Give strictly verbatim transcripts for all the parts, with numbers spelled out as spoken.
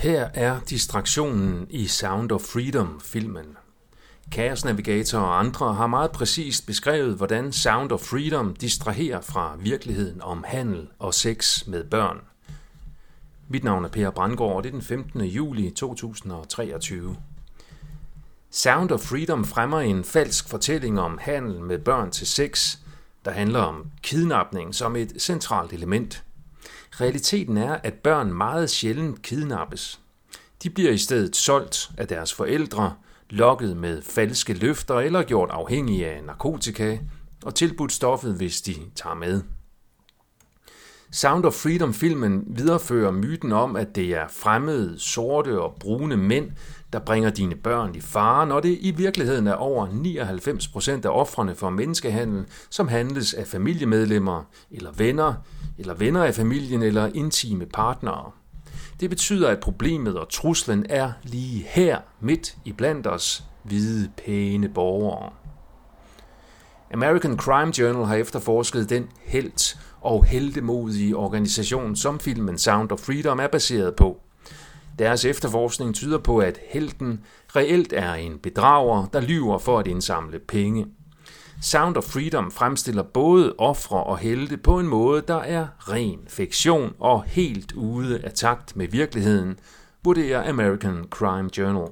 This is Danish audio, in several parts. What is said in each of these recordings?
Her er distraktionen i Sound of Freedom-filmen. Chaos Navigator og andre har meget præcist beskrevet, hvordan Sound of Freedom distraherer fra virkeligheden om handel og sex med børn. Mit navn er Per Brandgaard, og det er den femtende juli to tusind og treogtyve. Sound of Freedom fremmer en falsk fortælling om handel med børn til sex, der handler om kidnapning som et centralt element. Realiteten er, at børn meget sjældent kidnappes. De bliver i stedet solgt af deres forældre, lokket med falske løfter eller gjort afhængige af narkotika og tilbudt stoffet, hvis de tager med. Sound of Freedom-filmen viderefører myten om, at det er fremmede, sorte og brune mænd, der bringer dine børn i fare, når det i virkeligheden er over nioghalvfems procent af ofrene for menneskehandel, som handles af familiemedlemmer eller venner, eller venner af familien eller intime partnere. Det betyder, at problemet og truslen er lige her, midt i blandt os hvide, pæne borgere. American Crime Journal har efterforsket den helt og heltemodige organisation, som filmen Sound of Freedom er baseret på. Deres efterforskning tyder på, at helten reelt er en bedrager, der lyver for at indsamle penge. Sound of Freedom fremstiller både ofre og helte på en måde, der er ren fiktion og helt ude af takt med virkeligheden, vurderer American Crime Journal.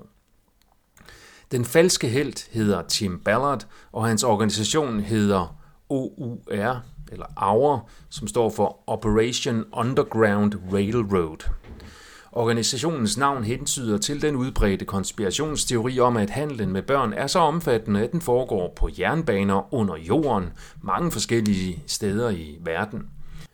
Den falske helt hedder Tim Ballard, og hans organisation hedder O U R, eller O U R, som står for Operation Underground Railroad. Organisationens navn hentyder til den udbredte konspirationsteori om, at handlen med børn er så omfattende, at den foregår på jernbaner under jorden, mange forskellige steder i verden.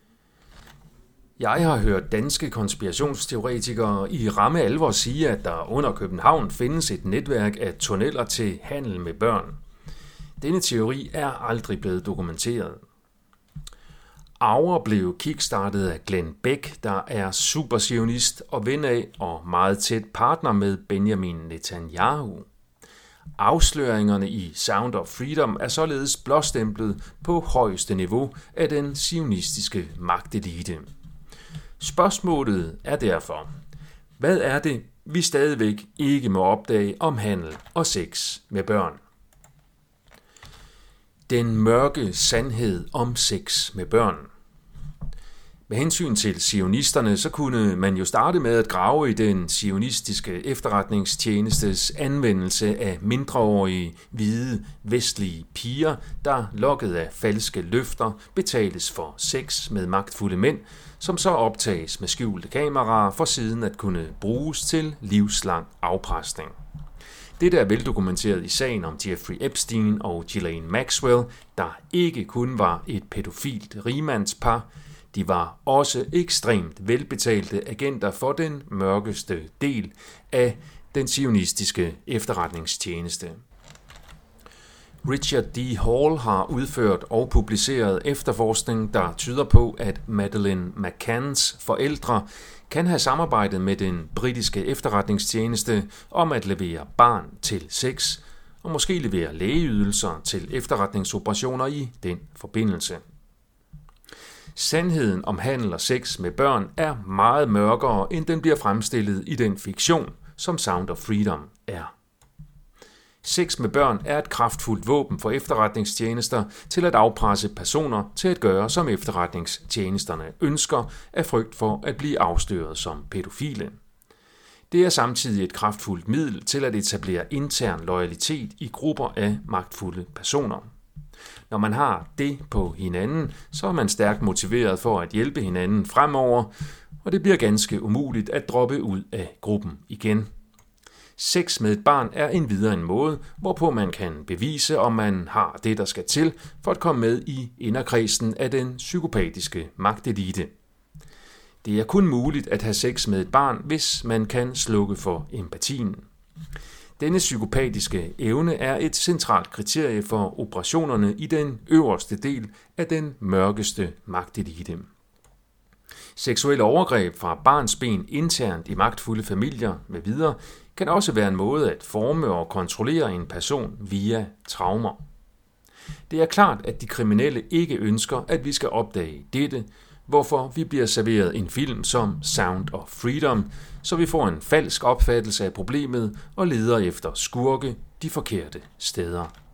Jeg har hørt danske konspirationsteoretikere i ramme alvor sige, at der under København findes et netværk af tunneller til handel med børn. Denne teori er aldrig blevet dokumenteret. O U R blev kickstartet af Glenn Beck, der er supersionist og ven af og meget tæt partner med Benjamin Netanyahu. Afsløringerne i Sound of Freedom er således blåstemplet på højeste niveau af den sionistiske magtelite. Spørgsmålet er derfor, hvad er det, vi stadigvæk ikke må opdage om handel og sex med børn? Den mørke sandhed om sex med børn. Med hensyn til sionisterne, så kunne man jo starte med at grave i den sionistiske efterretningstjenestes anvendelse af mindreårige, hvide, vestlige piger, der lokket af falske løfter betales for sex med magtfulde mænd, som så optages med skjulte kameraer for siden at kunne bruges til livslang afpresning. Dette er veldokumenteret i sagen om Jeffrey Epstein og Ghislaine Maxwell, der ikke kun var et pædofilt rigmandspar, de var også ekstremt velbetalte agenter for den mørkeste del af den sionistiske efterretningstjeneste. Richard D. Hall har udført og publiceret efterforskning, der tyder på, at Madeleine McCanns forældre kan have samarbejdet med den britiske efterretningstjeneste om at levere barn til sex, og måske levere lægeydelser til efterretningsoperationer i den forbindelse. Sandheden om handel og sex med børn er meget mørkere, end den bliver fremstillet i den fiktion, som Sound of Freedom er. Sex med børn er et kraftfuldt våben for efterretningstjenester til at afpresse personer til at gøre, som efterretningstjenesterne ønsker, af frygt for at blive afsløret som pædofile. Det er samtidig et kraftfuldt middel til at etablere intern loyalitet i grupper af magtfulde personer. Når man har det på hinanden, så er man stærkt motiveret for at hjælpe hinanden fremover, og det bliver ganske umuligt at droppe ud af gruppen igen. Sex med et barn er endvidere en måde, hvorpå man kan bevise, om man har det, der skal til for at komme med i inderkredsen af den psykopatiske magtelite. Det er kun muligt at have sex med et barn, hvis man kan slukke for empatien. Denne psykopatiske evne er et centralt kriterie for operationerne i den øverste del af den mørkeste magtelite. Seksuelle overgreb fra barnsben internt i magtfulde familier med videre kan også være en måde at forme og kontrollere en person via traumer. Det er klart, at de kriminelle ikke ønsker, at vi skal opdage dette, hvorfor vi bliver serveret en film som Sound of Freedom, så vi får en falsk opfattelse af problemet og leder efter skurke de forkerte steder.